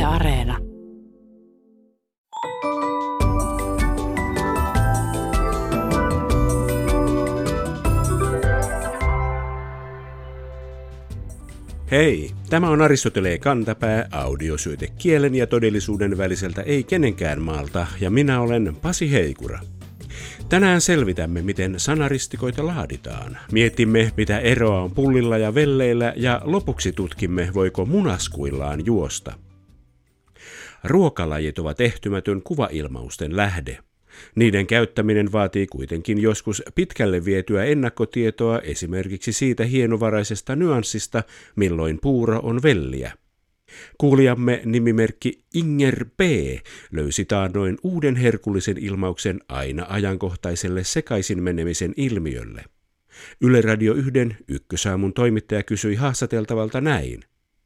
Areena. Hei, tämä on Aristoteleen kantapää, audiosyöte kielen ja todellisuuden väliseltä ei kenenkään maalta, ja minä olen Pasi Heikura. Tänään selvitämme, miten sanaristikoita laaditaan. Mietimme, mitä eroa on pullilla ja velleillä, ja lopuksi tutkimme, voiko munaskuillaan juosta. Ruokalajit ovat ehtymätön kuvailmausten lähde. Niiden käyttäminen vaatii kuitenkin joskus pitkälle vietyä ennakkotietoa esimerkiksi siitä hienovaraisesta nyanssista, milloin puuro on velliä. Kuulijamme nimimerkki Inger P. löysi taannoin uuden herkullisen ilmauksen aina ajankohtaiselle sekaisin menemisen ilmiölle. Yle Radio 1 Ykkösaamun toimittaja kysyi haastateltavalta näin.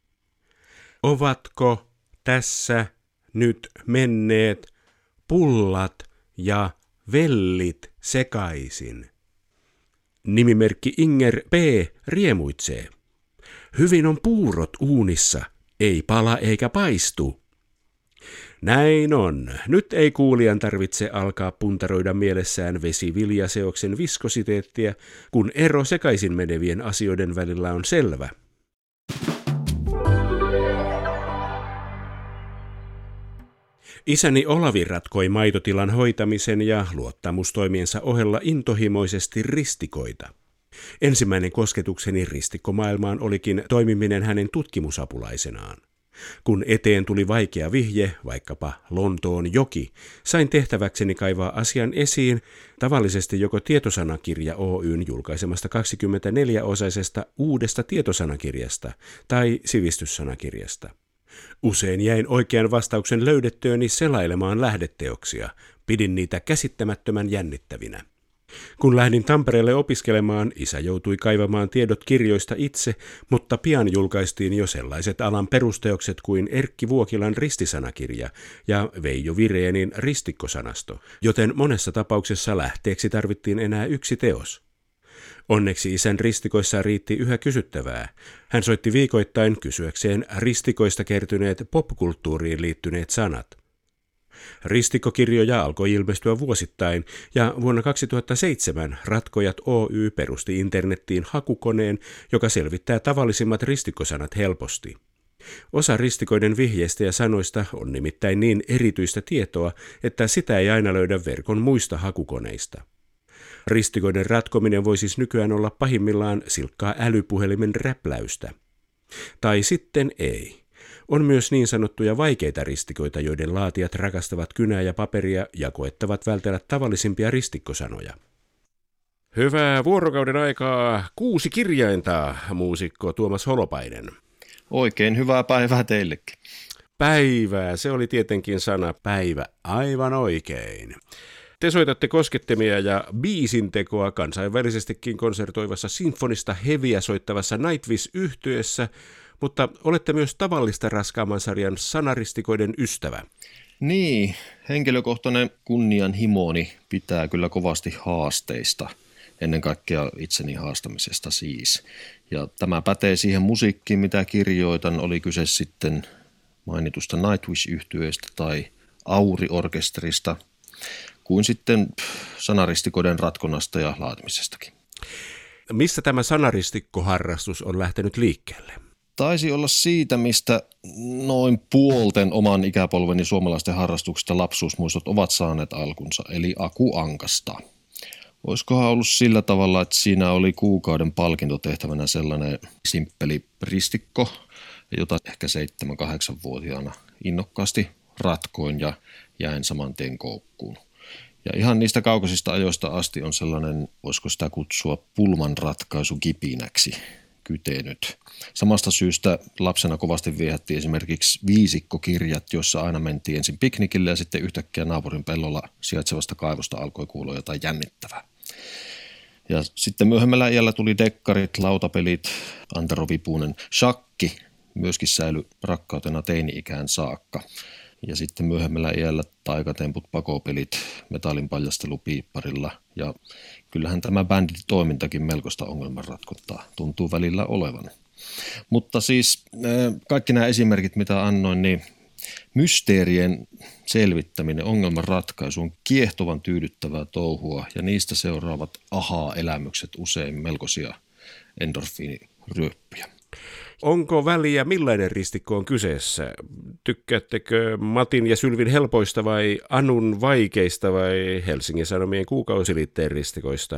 Ovatko tässä nyt menneet pullat ja vellit sekaisin? Nimimerkki Inger P. riemuitsee. Hyvin on puurot uunissa, ei pala eikä paistu. Näin on. Nyt ei kuulijan tarvitse alkaa puntaroida mielessään vesiviljaseoksen viskositeettiä, kun ero sekaisin menevien asioiden välillä on selvä. Isäni Olavi ratkoi maitotilan hoitamisen ja luottamustoimiensa ohella intohimoisesti ristikoita. Ensimmäinen kosketukseni ristikkomaailmaan olikin toimiminen hänen tutkimusapulaisenaan. Kun eteen tuli vaikea vihje, vaikkapa Lontoon joki, sain tehtäväkseni kaivaa asian esiin, tavallisesti joko Tietosanakirja Oyn julkaisemasta 24-osaisesta uudesta tietosanakirjasta tai sivistyssanakirjasta. Usein jäin oikean vastauksen löydettyäni selailemaan lähdeteoksia. Pidin niitä käsittämättömän jännittävinä. Kun lähdin Tampereelle opiskelemaan, isä joutui kaivamaan tiedot kirjoista itse, mutta pian julkaistiin jo sellaiset alan perusteokset kuin Erkki Vuokilan ristisanakirja ja Veijo Vireenin ristikkosanasto, joten monessa tapauksessa lähteeksi tarvittiin enää yksi teos. Onneksi isän ristikoissa riitti yhä kysyttävää. Hän soitti viikoittain kysyäkseen ristikoista kertyneet popkulttuuriin liittyneet sanat. Ristikkokirjoja alkoi ilmestyä vuosittain ja vuonna 2007 Ratkojat Oy perusti internettiin hakukoneen, joka selvittää tavallisimmat ristikkosanat helposti. Osa ristikoiden vihjeistä ja sanoista on nimittäin niin erityistä tietoa, että sitä ei aina löydä verkon muista hakukoneista. Ristikoiden ratkominen voi siis nykyään olla pahimmillaan silkkaa älypuhelimen räpläystä. Tai sitten ei. On myös niin sanottuja vaikeita ristikoita, joiden laatijat rakastavat kynää ja paperia ja koettavat vältellä tavallisimpia ristikkosanoja. Hyvää vuorokauden aikaa 6 kirjainta, muusikko Tuomas Holopainen. Oikein hyvää päivää teillekin. Päivää, se oli tietenkin sana päivä, aivan oikein. Te soitatte koskettimia ja biisintekoa kansainvälisestikin konsertoivassa sinfonista heviä soittavassa Nightwish-yhtyeessä, mutta olette myös tavallista raskaamman sarjan sanaristikoiden ystävä. Niin, henkilökohtainen kunnianhimoni pitää kyllä kovasti haasteista, ennen kaikkea itseni haastamisesta siis. Ja tämä pätee siihen musiikkiin, mitä kirjoitan, oli kyse sitten mainitusta Nightwish-yhtyeestä tai Auri-orkesterista, kuin sitten sanaristikoiden ratkonnasta ja laatimisestakin. Missä tämä sanaristikkoharrastus on lähtenyt liikkeelle? Taisi olla siitä, mistä noin puolten oman ikäpolveni suomalaisten harrastuksista lapsuusmuistot ovat saaneet alkunsa, eli Aku Ankasta. Olisikohan ollut sillä tavalla, että siinä oli kuukauden palkintotehtävänä sellainen simppeli ristikko, jota ehkä 7-8-vuotiaana innokkaasti ratkoin ja jäin saman tien koukkuun. Ja ihan niistä kaukaisista ajoista asti on sellainen, voisiko sitä kutsua pulmanratkaisukipinäksi kytenyt. Samasta syystä lapsena kovasti viehätti esimerkiksi viisikkokirjat, joissa aina mentiin ensin piknikille ja sitten yhtäkkiä naapurin pellolla sijaitsevasta kaivosta alkoi kuulua jotain jännittävää. Ja sitten myöhemmällä iällä tuli dekkarit, lautapelit, Antero Vipunen, shakki myöskin säilyi rakkautena teini-ikään saakka. Ja sitten myöhemmällä iällä taikatemput, pakopelit, metallin paljastelu piipparilla. Ja kyllähän tämä bändin toimintakin melkoista ongelmanratkottaa tuntuu välillä olevan. Mutta siis kaikki nämä esimerkit, mitä annoin, niin Mysteerien selvittäminen, ongelman ratkaisu on kiehtovan tyydyttävää touhua ja niistä seuraavat ahaa-elämykset usein melkoisia endorfiiniryöppyjä. Onko väliä, millainen ristikko on kyseessä? Tykkäättekö Matin ja Sylvin helpoista vai Anun vaikeista vai Helsingin Sanomien kuukausiliitteen ristikoista?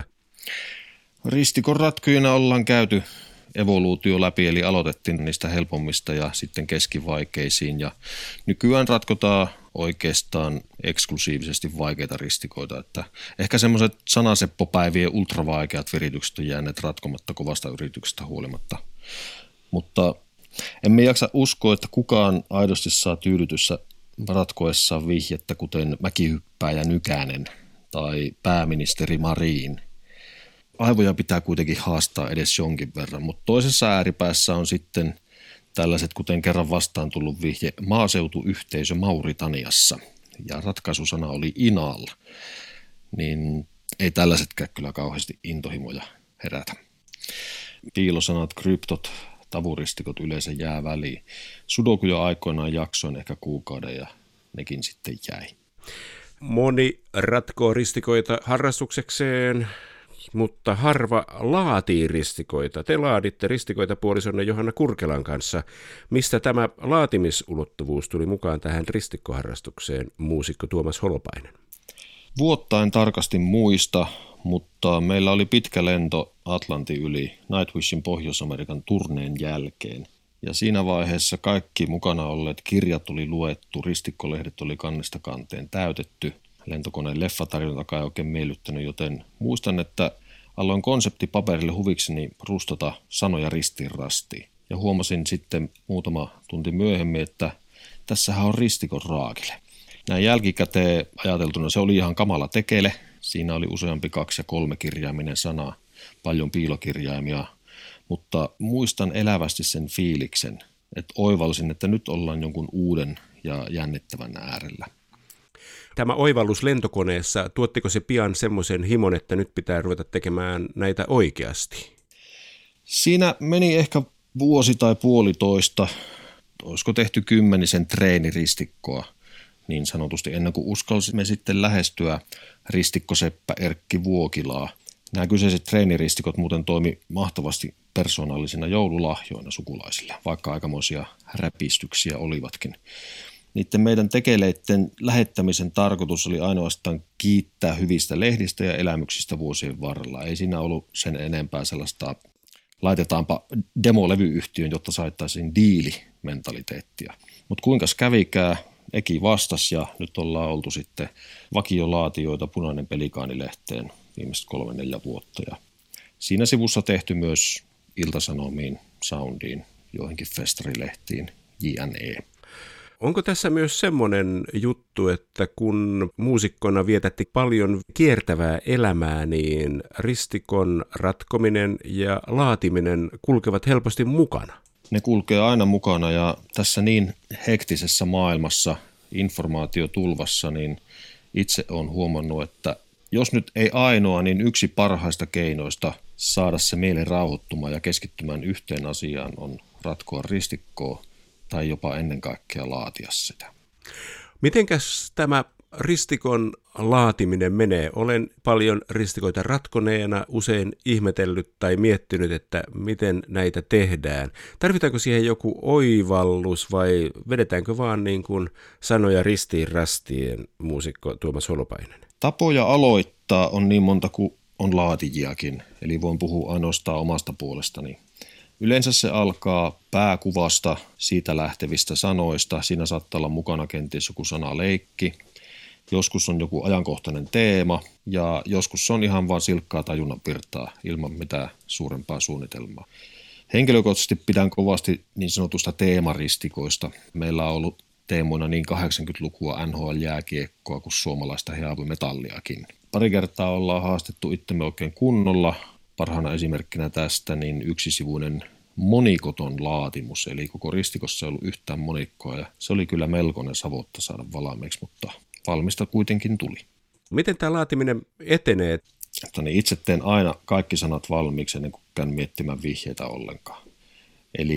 Ristikon ratkojina ollaan käyty evoluutio läpi, eli aloitettiin niistä helpommista ja sitten keskivaikeisiin. Ja nykyään ratkotaan oikeastaan eksklusiivisesti vaikeita ristikoita. Että ehkä semmoiset sanaseppopäivien ultravaikeat viritykset on jääneet ratkomatta kovasta yrityksestä huolimatta. Mutta emme jaksa uskoa, että kukaan aidosti saa tyydytyssä ratkoessaan vihjettä, kuten mäkihyppääjä Nykänen tai pääministeri Marin. Aivoja pitää kuitenkin haastaa edes jonkin verran, mutta toisessa ääripäässä on sitten tällaiset, kuten kerran vastaan tullut vihje, maaseutuyhteisö Mauritaniassa. Ja ratkaisusana oli Inal, niin ei tällaisetkään kyllä kauheasti intohimoja herätä. Piilosanat, kryptot, tavuristikot yleensä jää väliin. Sudoku jo aikoinaan jaksoin ehkä kuukauden ja nekin sitten jäi. Moni ratkoo ristikoita harrastuksekseen, mutta harva laatii ristikoita. Te laaditte ristikoita puolisonne Johanna Kurkelan kanssa. Mistä tämä laatimisulottuvuus tuli mukaan tähän ristikkoharrastukseen, muusikko Tuomas Holopainen? Vuotta en tarkasti muista, mutta meillä oli pitkä lento Atlantin yli Nightwishin Pohjois-Amerikan turneen jälkeen. Ja siinä vaiheessa kaikki mukana olleet kirjat oli luettu, ristikkolehdet oli kannesta kanteen täytetty. Lentokoneen leffatarjontakaan ei oikein miellyttänyt, joten muistan, että aloin konseptipaperille huvikseni rustata sanoja ristiin rastiin. Ja huomasin sitten muutama tunti myöhemmin, että tässähän on ristikon raakile. Näin jälkikäteen ajateltuna se oli ihan kamala tekele. Siinä oli useampi 2- ja 3-kirjaiminen sana, paljon piilokirjaimia, mutta muistan elävästi sen fiiliksen, että oivalsin, että nyt ollaan jonkun uuden ja jännittävän äärellä. Tämä oivallus lentokoneessa, tuottiko se pian semmoisen himon, että nyt pitää ruveta tekemään näitä oikeasti? Siinä meni ehkä vuosi tai puolitoista, olisiko tehty 10 treeniristikkoa niin sanotusti, ennen kuin uskalsimme sitten lähestyä ristikkoseppä Erkki Vuokilaa. Nämä kyseiset treeniristikot muuten toimi mahtavasti persoonallisina joululahjoina sukulaisille, vaikka aikamoisia räpistyksiä olivatkin. Niiden meidän tekeleiden lähettämisen tarkoitus oli ainoastaan kiittää hyvistä lehdistä ja elämyksistä vuosien varrella. Ei siinä ollut sen enempää sellaista, laitetaanpa demolevyyhtiön, jotta saittaisiin diilimentaliteettia. Mutta kuinkas kävikään, Eki vastasi ja nyt ollaan oltu sitten vakiolaatioita Punainen Pelikaani-lehteen viimeiset 3-4 vuotta. Ja siinä sivussa tehty myös Ilta-Sanomiin, Soundiin, joihinkin festarilehtiin, JNE. Onko tässä myös semmoinen juttu, että kun muusikkona vietätte paljon kiertävää elämää, niin ristikon ratkominen ja laatiminen kulkevat helposti mukana? Ne kulkee aina mukana ja tässä niin hektisessä maailmassa, informaatiotulvassa, niin itse olen huomannut, että jos nyt ei ainoa, niin yksi parhaista keinoista saada se mielen rauhoittumaan ja keskittymään yhteen asiaan on ratkoa ristikkoa tai jopa ennen kaikkea laatia sitä. Mitenkäs tämä ristikon laatiminen menee? Olen paljon ristikoita ratkoneena usein ihmetellyt tai miettinyt, että miten näitä tehdään. Tarvitaanko siihen joku oivallus vai vedetäänkö vaan niin kuin sanoja ristiin rastien, muusikko Tuomas Holopainen? Tapoja aloittaa on niin monta kuin on laatijiakin, eli voin puhua ainoastaan omasta puolestani. Yleensä se alkaa pääkuvasta, siitä lähtevistä sanoista. Siinä saattaa olla mukana kenties joku sanaleikki. Joskus on joku ajankohtainen teema ja joskus se on ihan vain silkkaa tajunnanvirtaa ilman mitään suurempaa suunnitelmaa. Henkilökohtaisesti pidän kovasti niin sanotusta teemaristikoista. Meillä on ollut teemoina niin 80-lukua NHL-jääkiekkoa kuin suomalaista heavy-metalliakin. Pari kertaa ollaan haastettu itsemme oikein kunnolla. Parhaana esimerkkinä tästä niin yksisivuinen monikoton laatimus, eli koko ristikossa ei ollut yhtään monikkoa ja se oli kyllä melkoinen savotta saada valmiiksi, mutta valmista kuitenkin tuli. Miten tämä laatiminen etenee? Että niin itse teen aina kaikki sanat valmiiksi ennen kuin käyn miettimään vihjeitä ollenkaan. Eli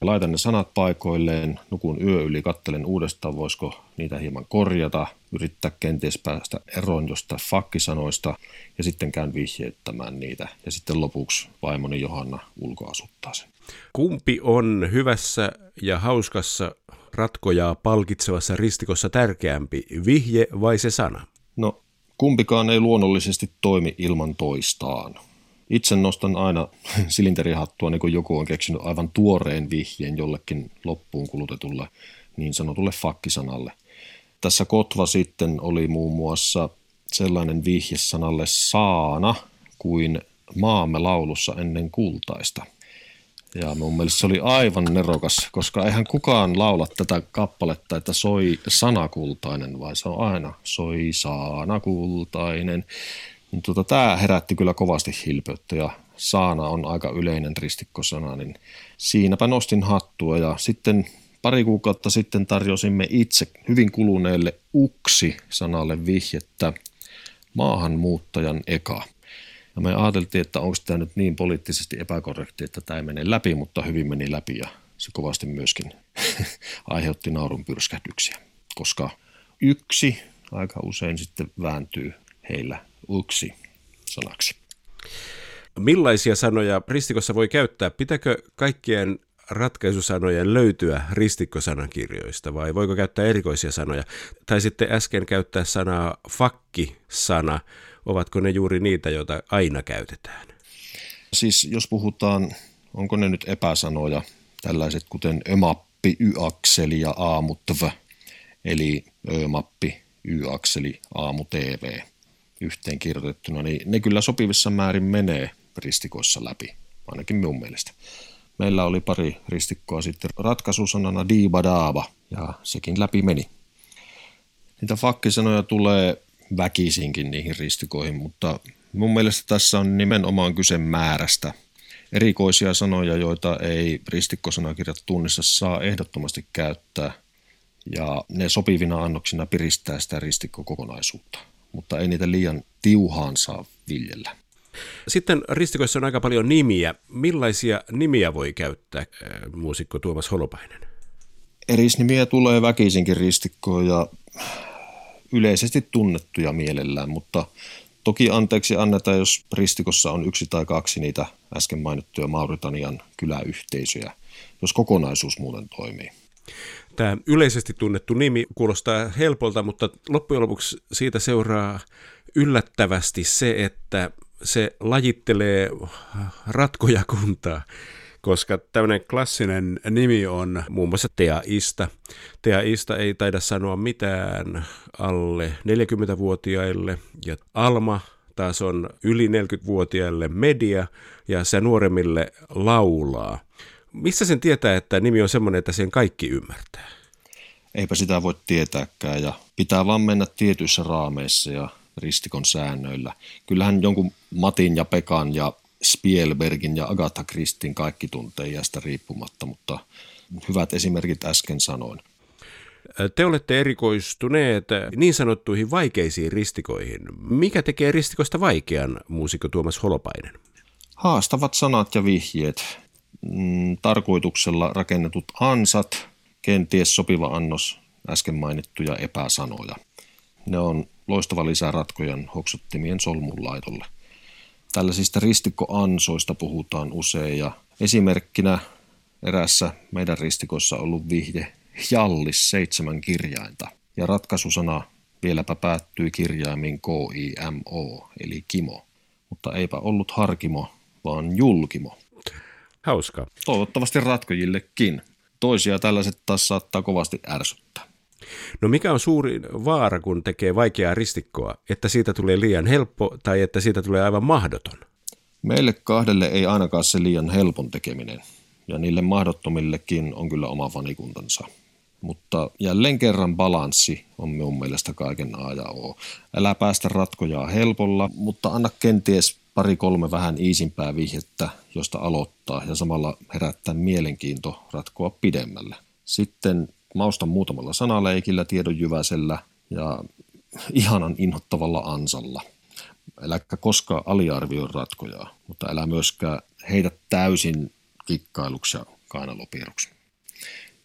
ja laitan ne sanat paikoilleen, nukun yö yli, katselen uudestaan, voisiko niitä hieman korjata, yrittää kenties päästä eroon jostain fakkisanoista ja sitten käyn vihjeittämään niitä ja sitten lopuksi vaimoni Johanna ulkoasuttaa sen. Kumpi on hyvässä ja hauskassa ratkojaa palkitsevassa ristikossa tärkeämpi, vihje vai se sana? No, kumpikaan ei luonnollisesti toimi ilman toistaan. Itse nostan aina silinterihattua, niin kun joku on keksinyt aivan tuoreen vihjeen jollekin loppuun kulutetulle niin sanotulle fakkisanalle. Tässä kotva sitten oli muun muassa sellainen vihje sanalle saana kuin maamme laulussa ennen kultaista. Ja mun mielestä se oli aivan nerokas, koska eihän kukaan laula tätä kappaletta, että soi sanakultainen, vai se on aina soi saanakultainen. Tämä herätti kyllä kovasti hilpeyttä ja saana on aika yleinen ristikkosana, niin siinäpä nostin hattua ja sitten pari kuukautta sitten tarjosimme itse hyvin kuluneelle uksi-sanalle vihjettä maahanmuuttajan eka. Ja me ajateltiin, että onko tämä nyt niin poliittisesti epäkorrekti, että tämä ei mene läpi, mutta hyvin meni läpi ja se kovasti myöskin aiheutti naurun pyrskähdyksiä, koska yksi aika usein sitten vääntyy heillä uksi sanaksi. Millaisia sanoja ristikossa voi käyttää? Pitääkö kaikkien ratkaisusanojen löytyä ristikkosanakirjoista vai voiko käyttää erikoisia sanoja? Tai sitten äsken käyttää sanaa fakkisana. Ovatko ne juuri niitä, joita aina käytetään? Siis jos puhutaan, onko ne nyt epäsanoja, tällaiset kuten ömappi, y-akseli ja aamutv, eli ö-mappi, y-akseli, aamu tv yhteen kirjoitettuna, niin ne kyllä sopivissa määrin menee ristikoissa läpi, ainakin minun mielestä. Meillä oli pari ristikkoa sitten ratkaisusanana diibadaaba, ja sekin läpi meni. Niitä fakkisanoja tulee väkisinkin niihin ristikoihin, mutta mun mielestä tässä on nimenomaan kyse määrästä. Erikoisia sanoja, joita ei ristikkosanakirjat tunnissa saa ehdottomasti käyttää, ja ne sopivina annoksina piristää sitä ristikkokokonaisuutta, mutta ei niitä liian tiuhaan saa viljellä. Sitten ristikoissa on aika paljon nimiä. Millaisia nimiä voi käyttää muusikko Tuomas Holopainen? Erisnimiä tulee väkisinkin ristikkoon ja yleisesti tunnettuja mielellään, mutta toki anteeksi annetaan, jos ristikossa on yksi tai kaksi niitä äsken mainittuja Mauritanian kyläyhteisöjä, jos kokonaisuus muuten toimii. Tämä yleisesti tunnettu nimi kuulostaa helpolta, mutta loppujen lopuksi siitä seuraa yllättävästi se, että se lajittelee ratkojakuntaa, koska tämmöinen klassinen nimi on muun muassa Tea Ista. Tea Ista ei taida sanoa mitään alle 40-vuotiaille ja Alma taas on yli 40-vuotiaille media ja se nuoremmille laulaa. Missä sen tietää, että nimi on semmoinen, että sen kaikki ymmärtää? Eipä sitä voi tietääkään ja pitää vaan mennä tietyissä raameissa ja ristikon säännöillä. Kyllähän jonkun Matin ja Pekan ja Spielbergin ja Agatha Christien kaikki tuntee iästä riippumatta, mutta hyvät esimerkit äsken sanoin. Te olette erikoistuneet niin sanottuihin vaikeisiin ristikoihin. Mikä tekee ristikosta vaikean, muusikko Tuomas Holopainen? Haastavat sanat ja vihjeet, tarkoituksella rakennetut ansat, kenties sopiva annos äsken mainittuja epäsanoja. Ne on loistava lisä ratkojan hoksottimien solmunlaitolle. Tällaisista ristikkoansoista puhutaan usein ja esimerkkinä erässä meidän ristikossa ollut vihje Jallis 7 kirjainta ja ratkaisusana vieläpä päättyi kirjaimin K-I-M-O eli kimo, mutta eipä ollut harkimo, vaan julkimo. Hauska. Toivottavasti ratkojillekin. Toisia tällaiset taas saattaa kovasti ärsyttää. No mikä on suurin vaara, kun tekee vaikeaa ristikkoa, että siitä tulee liian helppo tai että siitä tulee aivan mahdoton? Meille kahdelle ei ainakaan se liian helpon tekeminen, ja niille mahdottomillekin on kyllä oma fanikuntansa. Mutta jälleen kerran balanssi on minun mielestä kaiken A ja O. Älä päästä ratkojaa helpolla, mutta anna kenties 2-3 vähän iisimpää vihjettä, josta aloittaa ja samalla herättää mielenkiinto ratkoa pidemmälle. Sitten mausta muutamalla sanaleikillä, tiedonjyväisellä ja ihanan inhottavalla ansalla. Äläkä koskaan aliarvioi ratkojaa, mutta älä myöskään heitä täysin kikkailuksi ja kainalopieruksi.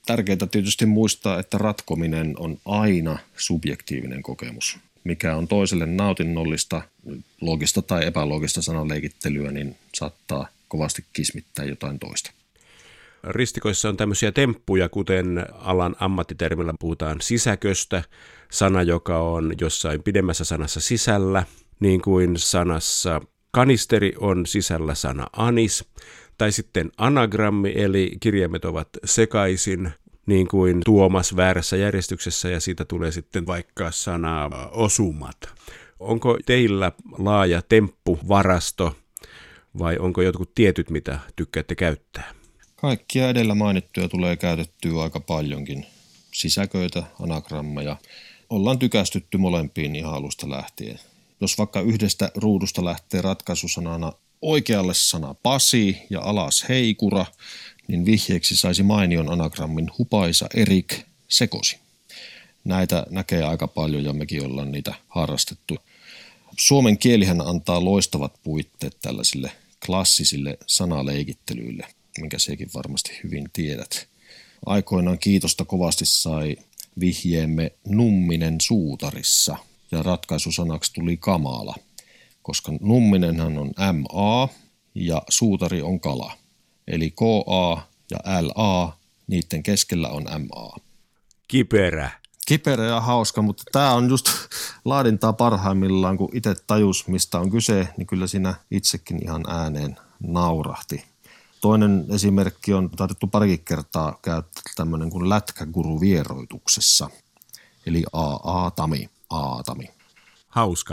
tärkeää tietysti muistaa, että ratkominen on aina subjektiivinen kokemus. Mikä on toiselle nautinnollista, loogista tai epäloogista sananleikittelyä, niin saattaa kovasti kismittää jotain toista. Ristikoissa on tämmöisiä temppuja, kuten alan ammattitermillä puhutaan sisäköstä, sana, joka on jossain pidemmässä sanassa sisällä, niin kuin sanassa kanisteri on sisällä sana anis, tai sitten anagrammi, eli kirjaimet ovat sekaisin, niin kuin Tuomas väärässä järjestyksessä, ja siitä tulee sitten vaikka sana osumat. Onko teillä laaja temppuvarasto, vai onko jotkut tietyt, mitä tykkäätte käyttää? Kaikkia edellä mainittuja tulee käytettyä aika paljonkin. Sisäköitä, anagrammeja. Ollaan tykästytty molempiin ihan alusta lähtien. Jos vaikka yhdestä ruudusta lähtee ratkaisusanana oikealle sana Pasi ja alas Heikura, niin vihjeeksi saisi mainion anagrammin Hupaisa Erik Sekosi. Näitä näkee aika paljon ja mekin ollaan niitä harrastettu. Suomen kielihän antaa loistavat puitteet tällaisille klassisille sanaleikittelyille, minkä sekin varmasti hyvin tiedät. Aikoinaan kiitosta kovasti sai vihjeemme Numminen suutarissa ja ratkaisusanaksi tuli kamala, koska numminenhan on MA ja suutari on kala. Eli KA ja LA, niiden keskellä on MA. Kiperä. Kiperä ja hauska, mutta tämä on just laadintaa parhaimmillaan, kun itse tajus, mistä on kyse, niin kyllä siinä itsekin ihan ääneen naurahti. Toinen esimerkki on taidettu parikin kertaa käyttää tämmöinen kuin lätkäguru vieroituksessa, eli Aatami. Hauska.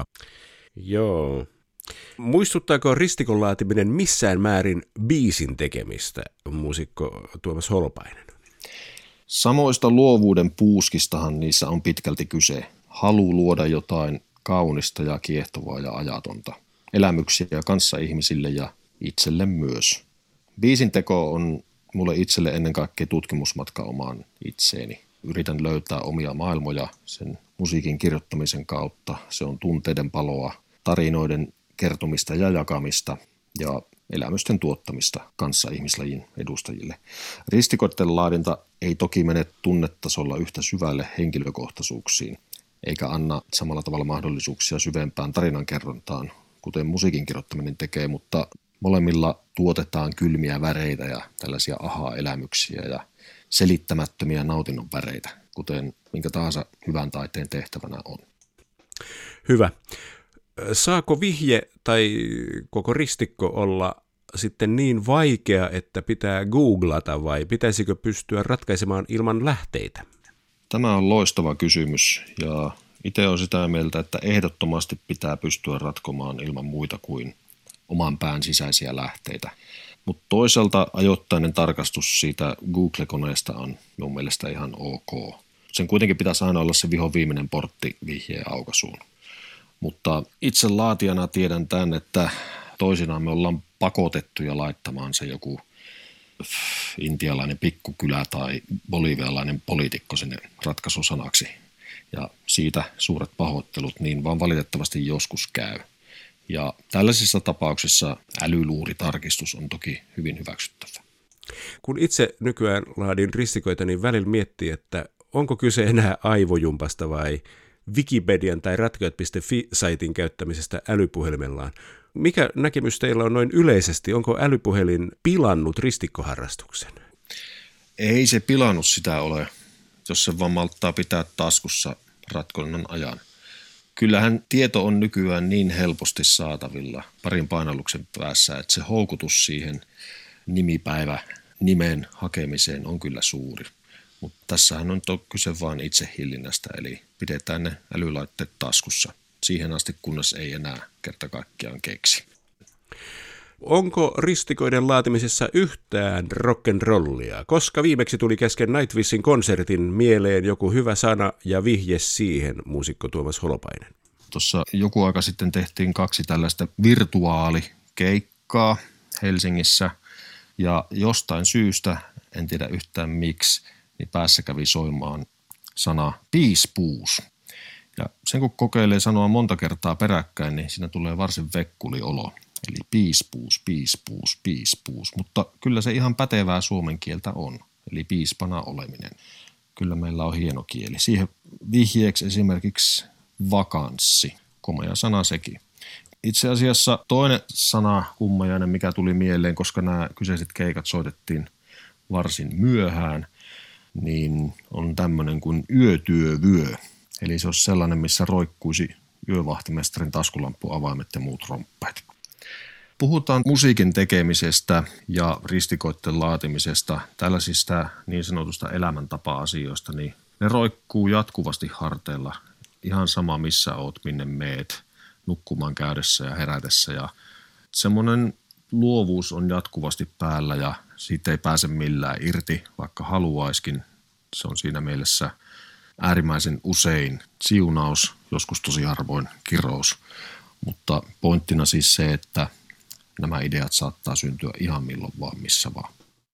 Joo. Muistuttaako ristikon laatiminen missään määrin biisin tekemistä, muusikko Tuomas Holopainen? Samoista luovuuden puuskistahan niissä on pitkälti kyse. Halu luoda jotain kaunista ja kiehtovaa ja ajatonta. Elämyksiä kanssaihmisille ja itselle myös. Biisin teko on mulle itselle ennen kaikkea tutkimusmatka omaan itseeni. Yritän löytää omia maailmoja sen musiikin kirjoittamisen kautta. Se on tunteiden paloa, tarinoiden kertomista ja jakamista ja elämysten tuottamista kanssaihmislajin edustajille. Ristikoiden laadinta ei toki mene tunnetasolla yhtä syvälle henkilökohtaisuuksiin, eikä anna samalla tavalla mahdollisuuksia syvempään tarinankerrontaan, kuten musiikin kirjoittaminen tekee, mutta molemmilla tuotetaan kylmiä väreitä ja tällaisia aha-elämyksiä ja selittämättömiä nautinnon väreitä, kuten minkä tahansa hyvän taiteen tehtävänä on. Hyvä. Saako vihje tai koko ristikko olla sitten niin vaikea, että pitää googlata vai pitäisikö pystyä ratkaisemaan ilman lähteitä? Tämä on loistava kysymys ja itse olen sitä mieltä, että ehdottomasti pitää pystyä ratkomaan ilman muita kuin oman pään sisäisiä lähteitä. Mutta toisaalta ajoittainen tarkastus siitä Google-koneesta on minun mielestä ihan ok. Sen kuitenkin pitäisi aina olla se vihoviimeinen portti vihjeen aukaisuun. Mutta itse laatijana tiedän tämän, että toisinaan me ollaan pakotettuja laittamaan se joku intialainen pikkukylä tai bolivialainen poliitikko sinne ratkaisusanaksi. Ja siitä suuret pahoittelut, niin vaan valitettavasti joskus käy. Ja tällaisissa tapauksissa älyluuritarkistus on toki hyvin hyväksyttävä. Kun itse nykyään laadin ristikoita, niin välillä miettii, että onko kyse enää aivojumpasta vai Wikipedian tai ratkaijat.fi-saitin käyttämisestä älypuhelimellaan. Mikä näkemys teillä on noin yleisesti? Onko älypuhelin pilannut ristikkoharrastuksen? Ei se pilannut sitä ole, jos se vaan malttaa pitää taskussa ratkonnan ajan. Kyllähän tieto on nykyään niin helposti saatavilla parin painalluksen päässä, että se houkutus siihen nimen hakemiseen on kyllä suuri. Mutta tässähän on kyse vain itsehillinnästä, eli pidetään ne älylaitteet taskussa siihen asti, kunnes ei enää kerta kaikkiaan keksi. Onko ristikoiden laatimisessa yhtään rock'n'rollia? Koska viimeksi tuli kesken Nightwishin konsertin mieleen joku hyvä sana ja vihje siihen, muusikko Tuomas Holopainen? Tuossa joku aika sitten tehtiin 2 tällaista virtuaalikeikkaa Helsingissä ja jostain syystä, en tiedä yhtään miksi, niin päässä kävi soimaan sana piispuus. Ja sen kun kokeilee sanoa monta kertaa peräkkäin, niin siinä tulee varsin vekkuli-olo. Eli piispuus, piispuus, piispuus. Mutta kyllä se ihan pätevää suomen kieltä on. eli piispana oleminen. Kyllä meillä on hieno kieli. Siihen vihjeeksi esimerkiksi vakanssi, komea sana sekin. Itse asiassa toinen sana kummajainen, mikä tuli mieleen, koska nämä kyseiset keikat soitettiin varsin myöhään, niin on tämmöinen kuin yötyövyö. Eli se on sellainen, missä roikkuisi yövahtimestarin taskulamppuavaimet ja muut romppeet. Puhutaan musiikin tekemisestä ja ristikoitten laatimisesta, tällaisista niin sanotusta elämäntapa-asioista, niin ne roikkuu jatkuvasti harteilla. Ihan sama missä oot, minne meet, nukkumaan käydessä ja herätessä. Ja semmoinen luovuus on jatkuvasti päällä ja siitä ei pääse millään irti, vaikka haluaiskin. Se on siinä mielessä äärimmäisen usein siunaus, joskus tosi harvoin kirous. Mutta pointtina siis se, että nämä ideat saattaa syntyä ihan milloin vaan, missä vaan.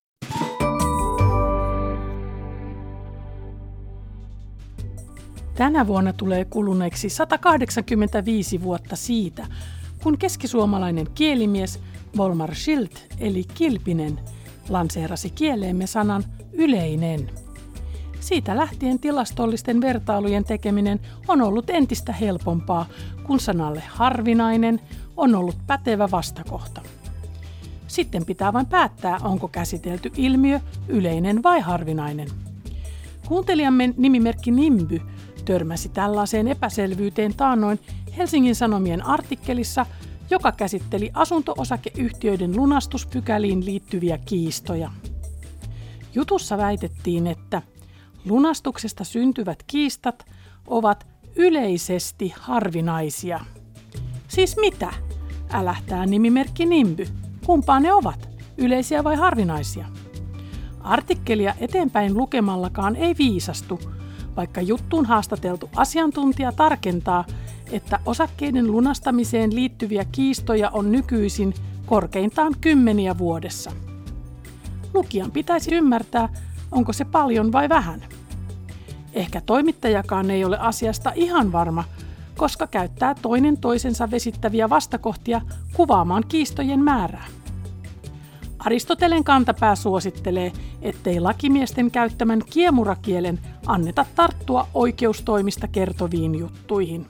Tänä vuonna tulee kuluneeksi 185 vuotta siitä, kun keskisuomalainen kielimies Volmar Schild eli Kilpinen lanseerasi kieleemme sanan yleinen. Siitä lähtien tilastollisten vertailujen tekeminen on ollut entistä helpompaa, kun sanalle harvinainen on ollut pätevä vastakohta. Sitten pitää vain päättää, onko käsitelty ilmiö yleinen vai harvinainen. Kuuntelijamme nimimerkki Nimby törmäsi tällaiseen epäselvyyteen taannoin Helsingin Sanomien artikkelissa, joka käsitteli asunto-osakeyhtiöiden lunastuspykäliin liittyviä kiistoja. Jutussa väitettiin, että lunastuksesta syntyvät kiistat ovat yleisesti harvinaisia. Siis mitä? Älähtää nimimerkki Nimby. Kumpaa ne ovat? Yleisiä vai harvinaisia? Artikkelia eteenpäin lukemallakaan ei viisastu, vaikka juttuun haastateltu asiantuntija tarkentaa, että osakkeiden lunastamiseen liittyviä kiistoja on nykyisin korkeintaan 10 vuodessa. Lukijan pitäisi ymmärtää, onko se paljon vai vähän. Ehkä toimittajakaan ei ole asiasta ihan varma, koska käyttää toinen toisensa vesittäviä vastakohtia kuvaamaan kiistojen määrää. Aristotelen kantapää suosittelee, ettei lakimiesten käyttämän kiemurakielen anneta tarttua oikeustoimista kertoviin juttuihin.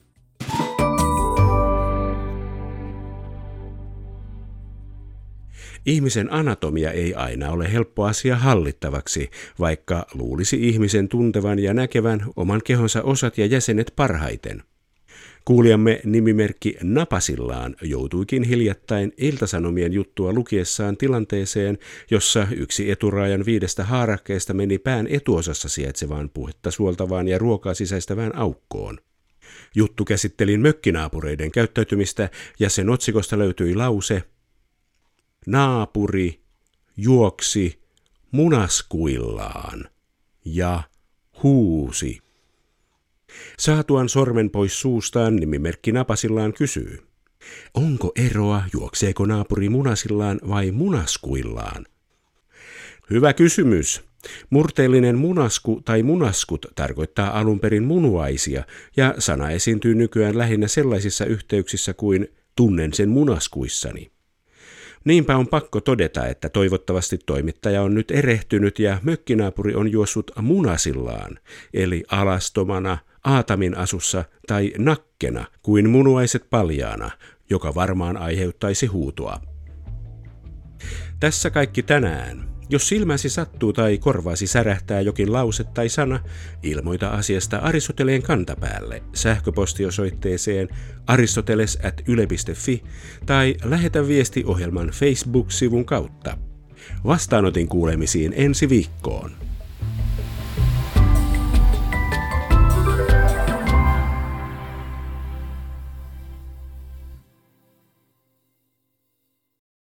Ihmisen anatomia ei aina ole helppo asia hallittavaksi, vaikka luulisi ihmisen tuntevan ja näkevän oman kehonsa osat ja jäsenet parhaiten. Kuulijamme nimimerkki Napasillaan joutuikin hiljattain Ilta-Sanomien juttua lukiessaan tilanteeseen, jossa yksi eturaajan 5 haarakkeesta meni pään etuosassa sijaitsevaan puhetta suoltavaan ja ruokaa sisäistävään aukkoon. Juttu käsitteli mökkinaapureiden käyttäytymistä ja sen otsikosta löytyi lause: naapuri juoksi munaskuillaan ja huusi. Saatuan sormen pois suustaan nimimerkki Napasillaan kysyy: onko eroa, juokseeko naapuri munasillaan vai munaskuillaan? Hyvä kysymys. Murteellinen munasku tai munaskut tarkoittaa alun perin munuaisia, ja sana esiintyy nykyään lähinnä sellaisissa yhteyksissä kuin tunnen sen munaskuissani. Niinpä on pakko todeta, että toivottavasti toimittaja on nyt erehtynyt ja mökkinaapuri on juossut munasillaan, eli alastomana, aatamin asussa tai nakkena kuin munuaiset paljaana, joka varmaan aiheuttaisi huutoa. Tässä kaikki tänään. Jos silmäsi sattuu tai korvaasi särähtää jokin lause tai sana, ilmoita asiasta Aristoteleen kantapäälle sähköpostiosoitteeseen aristoteles@yle.fi tai lähetä viesti ohjelman Facebook-sivun kautta. Vastaanotin kuulemisiin ensi viikkoon.